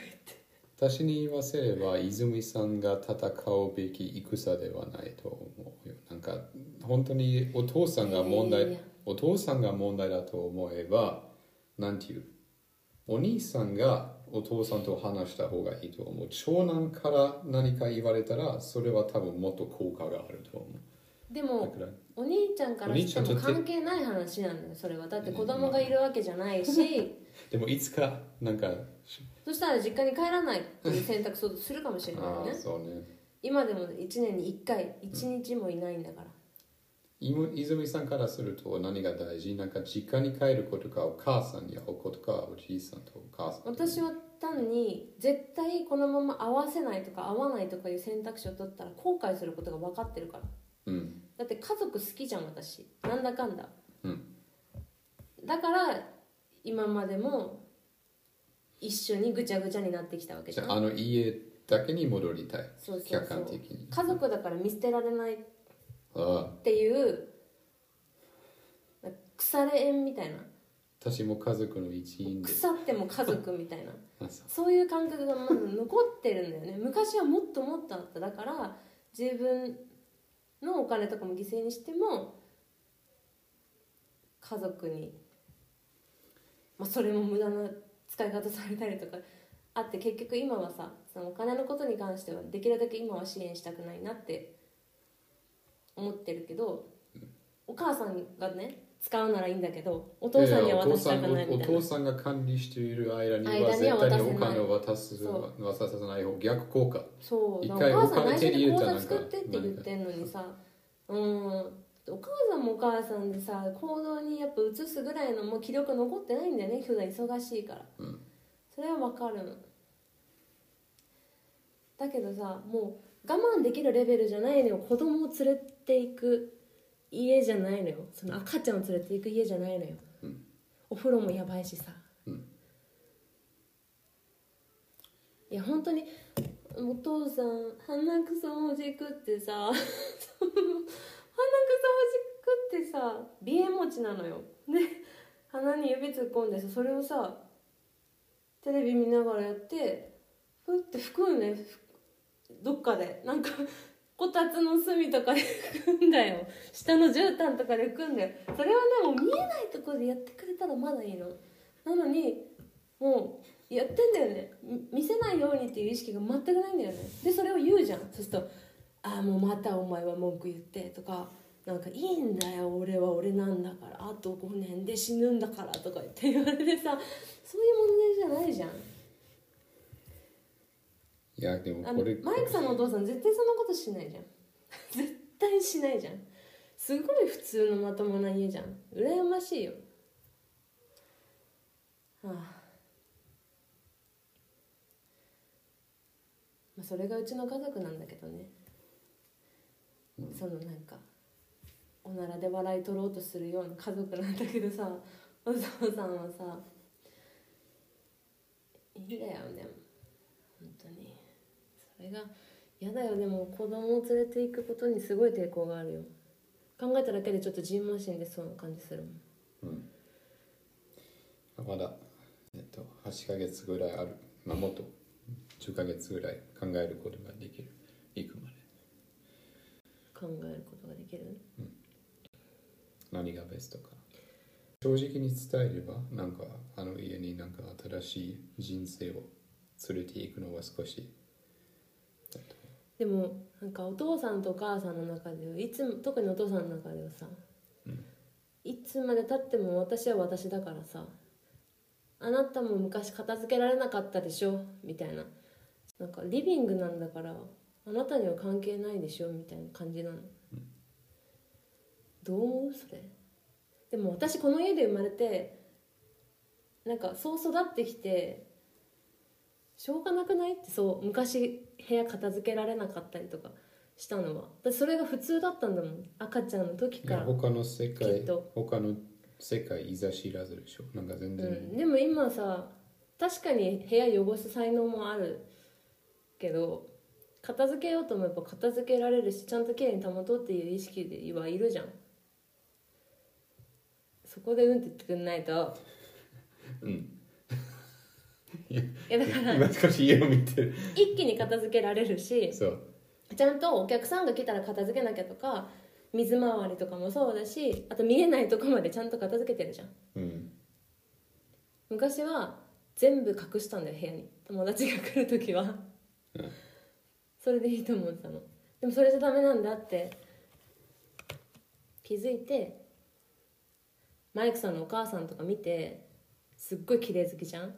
私に言わせれば泉さんが戦うべき戦ではないと思うよ。なんか本当にお父さんが問題、お父さんが問題だと思えば、なんていうお兄さんがお父さんと話した方がいいと思う。長男から何か言われたらそれは多分もっと効果があると思う。 でもお兄ちゃんからしても関係ない話なんだよそれは。だって子供がいるわけじゃないしでもいつかなんかそしたら実家に帰らないっていう選択をするかもしれないよね。 あそうね。 今でもいちねんにいっかいいちにちもいないんだから、 うん、泉さんからすると何が大事？なんか実家に帰ることかお母さんに会うことかおじいさんとお母さん。 私は単に絶対このまま会わせないとか会わないとかいう選択肢を取ったら後悔することが分かってるから、 うん、 だって家族好きじゃん私なんだかんだ、 うん、 だから今までも一緒にぐちゃぐちゃになってきたわけじゃん。 あの家だけに戻りたい。 そうそうそう、 客観的に家族だから見捨てられないっていう腐れ縁みたいな。 私も家族の一員で腐っても家族みたいなそういう感覚がまず残ってるんだよね。昔はもっともっとあった。だから自分のお金とかも犠牲にしても家族に、まあ、それも無駄な使い方されたりとかあって、結局今はさそのお金のことに関してはできるだけ今は支援したくないなって思ってるけど、お母さんがね使うならいいんだけどお父さんには渡したくないみたいな。 お父さんが管理している間には絶対にお金を渡す渡さない方逆効果。 そう、お母さん内緒で口座作ってって言ってんのにさ、うんお母さんもお母さんでさ行動にやっぱ移すぐらいのもう気力残ってないんだよね。普段忙しいから、 うん、 それは分かるの。だけどさもう我慢できるレベルじゃないのよ。子供を連れていく家じゃないのよ。その赤ちゃんを連れていく家じゃないのよ、 うん、 お風呂もやばいしさ、 うん、 いや本当にお父さん鼻くそほじくってさ鼻くそほじくってさ鼻炎持ちなのよ。で鼻に指突っ込んでさそれをさテレビ見ながらやってふって拭くんね。どっかでなんかこたつの隅とかで拭くんだよ。下の絨毯とかで拭くんだよ。それはねもう見えないところでやってくれたらまだいいの。なのにもうやってんだよね。見せないようにっていう意識が全くないんだよね。でそれを言うじゃん。そうすると「ああもうまたお前は文句言って」とか「なんかいいんだよ俺は俺なんだからあとごねんで死ぬんだから」とか言って言われてさ、そういう問題じゃないじゃん。 いやでもあのこれマイクさんのお父さん絶対そんなことしないじゃん絶対しないじゃん。すごい普通のまともな家じゃん。羨ましいよ。はあ、まあ、それがうちの家族なんだけどね、うん、そのなんかおならで笑い取ろうとするような家族なんだけどさ、お父さんはさいいんだよ。でも本当にそれが嫌だよ。でも子供を連れて行くことにすごい抵抗があるよ。考えただけでちょっとジンマシンでそうな感じするもん。 うん、まだ、えっと、はちかげつぐらいある、まあ、もっとじゅっかげつぐらい考えることができる。行くまで考えることができる、 うん、何がベストか正直に伝えれば、なんかあの家になんか新しい人生を連れて行くのは少し、 でもなんかお父さんとお母さんの中でいつも特にお父さんの中ではさ、うん、いつまでたっても私は私だからさ、あなたも昔片付けられなかったでしょみたいな、なんかリビングなんだからあなたには関係ないでしょみたいな感じなの、うん、どう思うそれ。でも私この家で生まれてなんかそう育ってきてしょうがなくないって、そう昔部屋片付けられなかったりとかしたのは私それが普通だったんだもん、赤ちゃんの時から。 他の世界他の世界いざ知らずでしょ、なんか全然、うん、 でも今さ確かに部屋汚す才能もあるけど片付けようと思えば片付けられるし、ちゃんときれいに保とうっていう意識ではいるじゃん。そこでうんって言ってくんないとうんいやだから今少し家を見てる一気に片付けられるし、 そうちゃんとお客さんが来たら片付けなきゃとか、水回りとかもそうだし、あと見えないとこまでちゃんと片付けてるじゃん、うん、昔は全部隠したんだよ部屋に、友達が来るときは、うん、それでいいと思ってたの。でもそれじゃダメなんだって気づいて、マイクさんのお母さんとか見てすっごい綺麗好きじゃん、うん、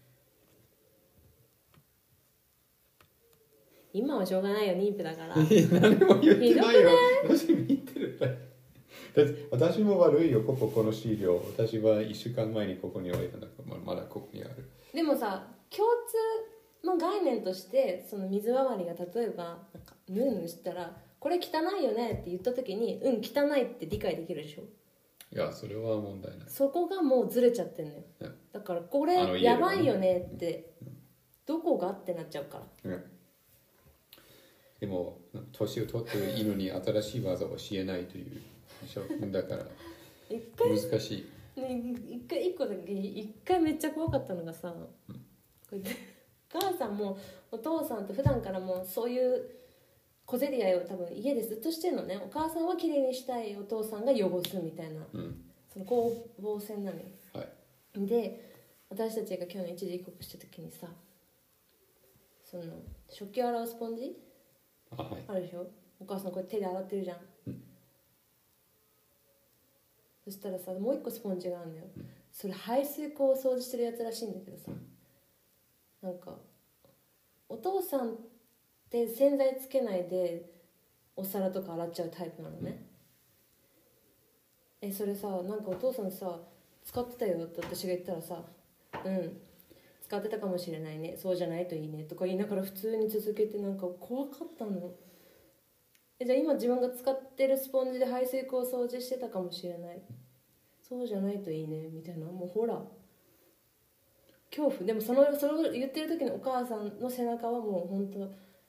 今はしょうがないよ妊婦だから何も言ってないよ私見てるだって私も悪いよ。こここの資料私はいっしゅうかんまえにここに置いたんだからまだここにある。 でもさ共通の概念としてその水回りが例えばなんかヌーヌーしたらこれ汚いよねって言った時にうん汚いって理解できるでしょ。 いやそれは問題ない。 そこがもうずれちゃってんのよ、うん、だからこれやばいよねって、うん、どこがってなっちゃうから、うん、 でも年を取ってる犬に新しい技を教えないというだから難しい、 ね、一回一個だけ一回めっちゃ怖かったのがさ、うん、こうやってお母さんもお父さんと普段からもうそういう小競り合いを多分家でずっとしてるのね。お母さんは綺麗にしたい、お父さんが汚すみたいな、うん、その攻防戦なのよ、はい、で私たちが去年一時帰国した時にさ、その食器を洗うスポンジ あ,、はい、あるでしょ。お母さんこれ手で洗ってるじゃん、うん、そしたらさもう一個スポンジがあるんだよ、うん、それ排水口を掃除してるやつらしいんだけどさ、うん、なんかお父さんって洗剤つけないでお皿とか洗っちゃうタイプなのね、 えそれさなんかお父さんさ使ってたよって私が言ったらさうん使ってたかもしれないねそうじゃないといいねとか言いながら普通に続けてなんか怖かったの。えじゃあ今自分が使ってるスポンジで排水口を掃除してたかもしれないそうじゃないといいねみたいなもうほら恐怖でもそのそれを言ってる時のお母さんの背中はもう本当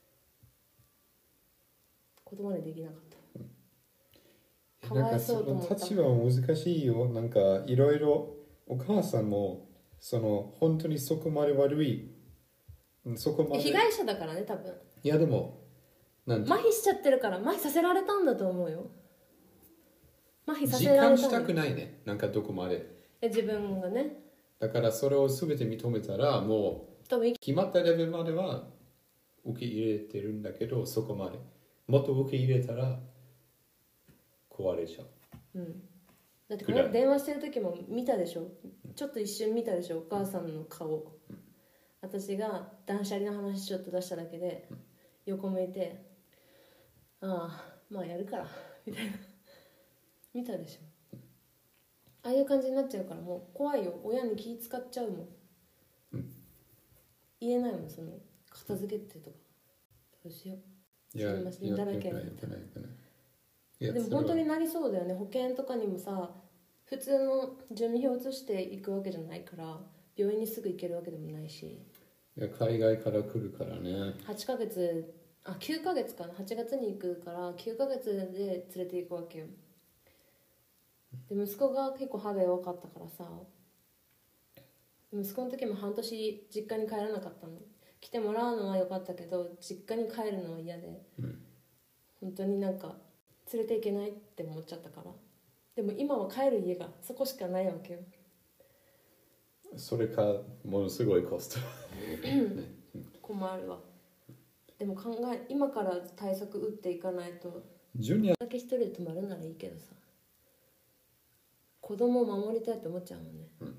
言葉でできなかった。かわいそうと思った。 立場は難しいよ。なんかいろいろお母さんもその本当にそこまで悪いそこまで被害者だからね多分。 いやでもなん麻痺しちゃってるから麻痺させられたんだと思うよ。麻痺させられたんだ。 時間したくないねなんかどこまで自分がねだからそれを全て認めたらもう決まったレベルまでは受け入れてるんだけどそこまでもっと受け入れたら壊れちゃう、うん、 だってこれ電話してる時も見たでしょちょっと一瞬見たでしょお母さんの顔、うん、私が断捨離の話ちょっと出しただけで、うん、横向いてああまあやるからみたいな見たでしょああいう感じになっちゃうからもう怖いよ親に気使っちゃうもん、うん、言えないもんその片付けてとかどうしようすいませんだらけにでも本当になりそうだよね保険とかにもさ普通の住民票移していくわけじゃないから病院にすぐ行けるわけでもないしいや海外から来るからねはちかげつあきゅうかげつかなはちがつに行くからきゅうかげつで連れて行くわけよで息子が結構歯が弱かったからさ息子の時も半年実家に帰らなかったの来てもらうのは良かったけど実家に帰るのは嫌で、うん、本当になんか連れて行けないって思っちゃったからでも今は帰る家がそこしかないわけよそれかものすごいコスト困るわでも考え今から対策打っていかないとジュニアだけ一人で泊まるならいいけどさ子供を守りたいと思っちゃうもんね、うん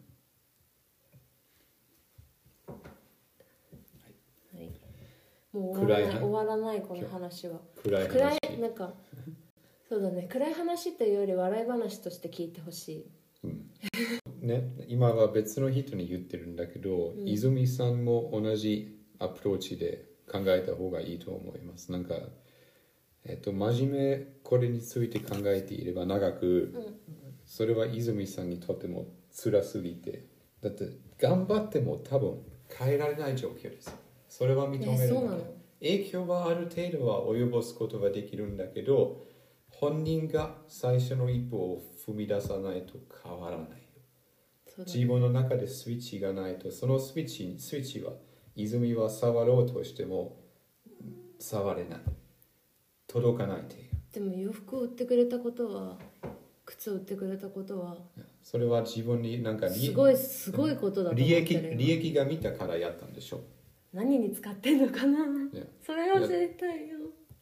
もう終わらない終わらないこの話は暗い話暗いなんかそうだね暗い話というより笑い話として聞いてほしい、 うんね、今は別の人に言ってるんだけど、うん、泉さんも同じアプローチで考えた方がいいと思いますなんか、えっと、真面目これについて考えていれば長く、うん、それは泉さんにとっても辛すぎてだって頑張っても多分変えられない状況ですそれは認めるので、影響はある程度は及ぼすことができるんだけど本人が最初の一歩を踏み出さないと変わらないよ、ね、自分の中でスイッチがないとそのスイッチスイッチは泉は触ろうとしても触れない届かないっていうでも洋服を売ってくれたことは靴を売ってくれたことはそれは自分になんかすごいすごいことだと思ってる利益利益が見たからやったんでしょ何に使ってんのかなそれを知りたいよ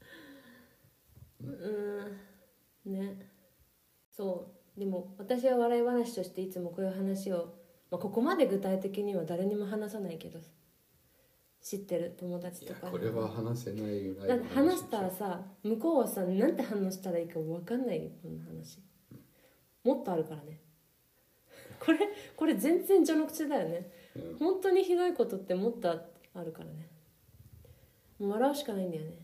うんねそうでも私は笑い話としていつもこういう話を、まあ、ここまで具体的には誰にも話さないけど知ってる友達とかこれは話せないよだって話したらさ向こうはさなんて反応したらいいか分かんないよこんな話、うん、もっとあるからねこれこれ全然序の口だよね、うん、本当にひどいことってもっとあってあるからねもう笑うしかないんだよね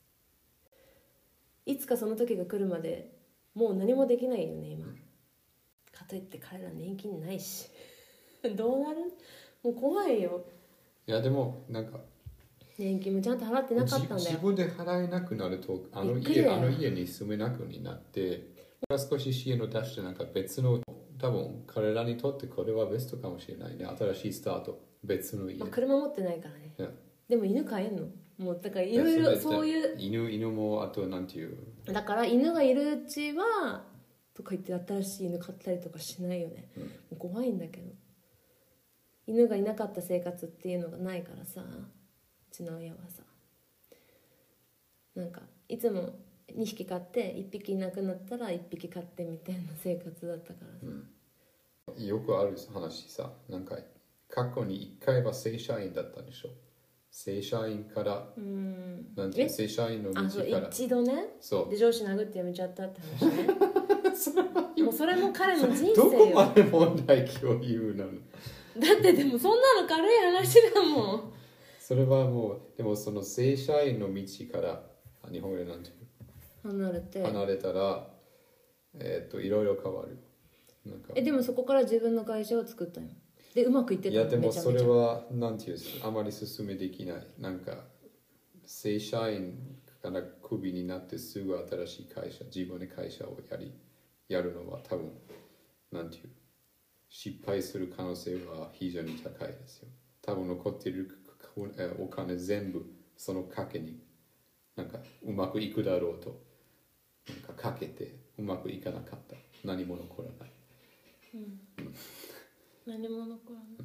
いつかその時が来るまでもう何もできないよね今、うん、かといって彼ら年金ないしどうなるもう怖いよいやでもなんか年金もちゃんと払ってなかったんだよ自分で払えなくなるとあの家あの家に住めなくなって少し支援を出してなんか別の多分彼らにとってこれはベストかもしれないね新しいスタート別の家、 まあ、車持ってないからね、 yeah. でも犬飼えんのもうだからいろいろそういう犬犬もあとなんていうだから犬がいるうちはとか言って新しい犬飼ったりとかしないよね、うん、もう怖いんだけど犬がいなかった生活っていうのがないからさうちの親はさなんかいつもにひき飼っていっぴきいなくなったらいっぴき飼ってみたいな生活だったからさ、 うん、よくある話さなんか過去にいっかいは正社員だったでしょ正社員からうんなんて正社員の道からあそう一度ねそうで上司殴って辞めちゃったって話ねもうそれも彼の人生よ。 どこまで問題共有なの？ だってでもそんなの軽い話だもん。 それはもうでもその正社員の道から日本語でなんていう離れて離れたらえっといろいろ変わる。なんかえでもそこから自分の会社を作ったよ。でうまくいってたの。 いやでもめちゃめちゃそれはなんていうあまり進めできない。なんか正社員からクビになってすぐ新しい会社自分で会社をやりやるのは多分なんていう失敗する可能性は非常に高いですよ。多分残っているお金全部その賭けになんかうまくいくだろうとなんかかけてうまくいかなかった何も残らない、 うん、何も残らない、うん、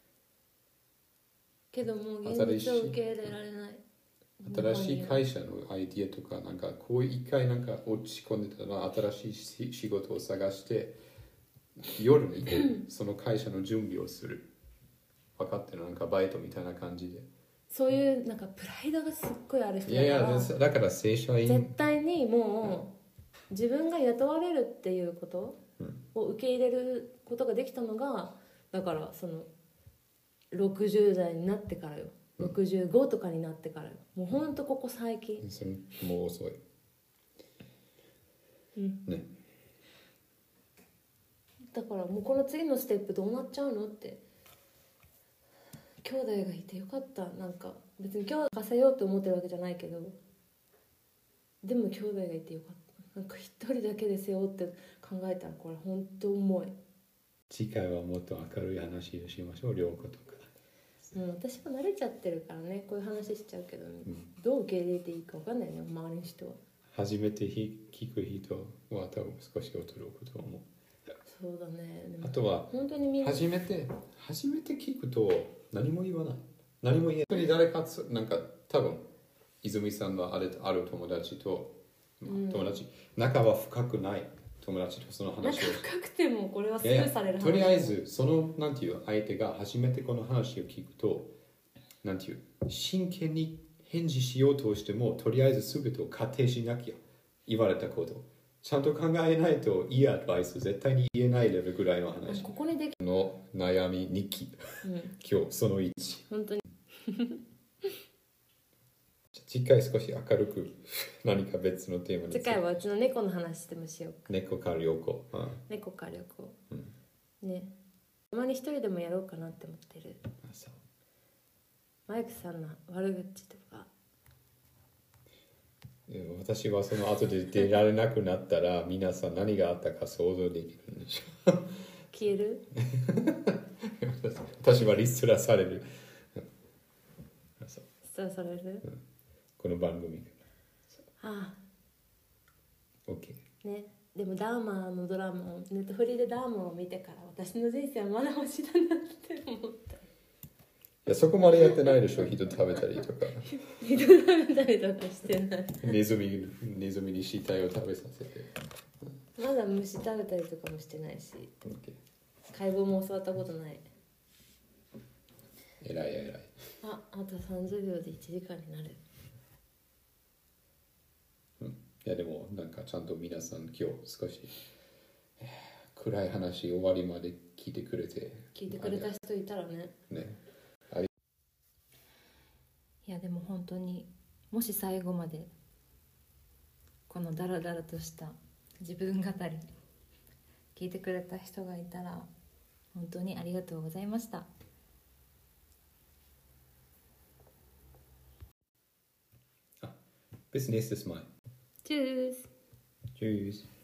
けどもう現実を受け入れられない新しい会社のアイディアとかなんかこう一回なんか落ち込んでたら新しい仕事を探して夜にその会社の準備をする分かってるなんかバイトみたいな感じでそういうなんかプライドがすっごいある人だからいやいやだから正社員絶対にもう自分が雇われるっていうことを受け入れることができたのがだからそのろくじゅう代になってからよろくじゅうごとかになってからよもうほんとここ最近それもう遅い、 うんね、 だからもうこの次のステップどうなっちゃうのって兄弟がいてよかったなんか別に兄弟稼ようと思ってるわけじゃないけどでも兄弟がいてよかったなんか一人だけで背負って考えたらこれ本当重い次回はもっと明るい話をしましょう両子とかもう私は慣れちゃってるからねこういう話しちゃうけど、ねうん、どう受け入れていいか分かんないね周りの人は初めて聞く人は多分少し驚くと思うそうだねでもあとは本当にみんな初めて初めて聞くと何も言わない何も言えない本当に誰かなんか多分泉さんのあれある友達と、まあ、友達、うん、仲は深くない友達とその話を仲深くてもこれはスルーされる話とりあえずそのなんていう相手が初めてこの話を聞くとなんていう真剣に返事しようとしてもとりあえず全てを仮定しなきゃ言われたことちゃんと考えないといいアドバイス絶対に言えないレベルぐらいの話ここにできの悩み日記、うん、今日そのいち本当に次回少し明るく何か別のテーマに次回はうちの猫の話してもしようか猫か旅行、うん、 猫か旅行、うん、ねたまに一人でもやろうかなって思ってるあそうマイクさんの悪口とか私はその後で出られなくなったら皆さん何があったか想像できるんでしょう消える私はリストラされるリストラされる、 うん、この番組ああ OK ねでもダーマーのドラマをネットフリでダーマーを見てから私の人生はまだ星だなって思ったいやそこまでやってないでしょ人食べたりとか人食べたりとかしてないネズミネズミに死体を食べさせてまだ虫食べたりとかもしてないし、okay. 解剖も教わったことないえらいえらいあ、あとさんじゅうびょうでいちじかんになる、 うん、いやでもなんかちゃんと皆さん今日少し暗い話終わりまで聞いてくれて聞いてくれた人いたらねねいやでも本当にもし最後までこのダラダラとした自分語り聞いてくれた人がいたら本当にありがとうございました。 Bis nächstes Mal. Tschüss. Tschüss.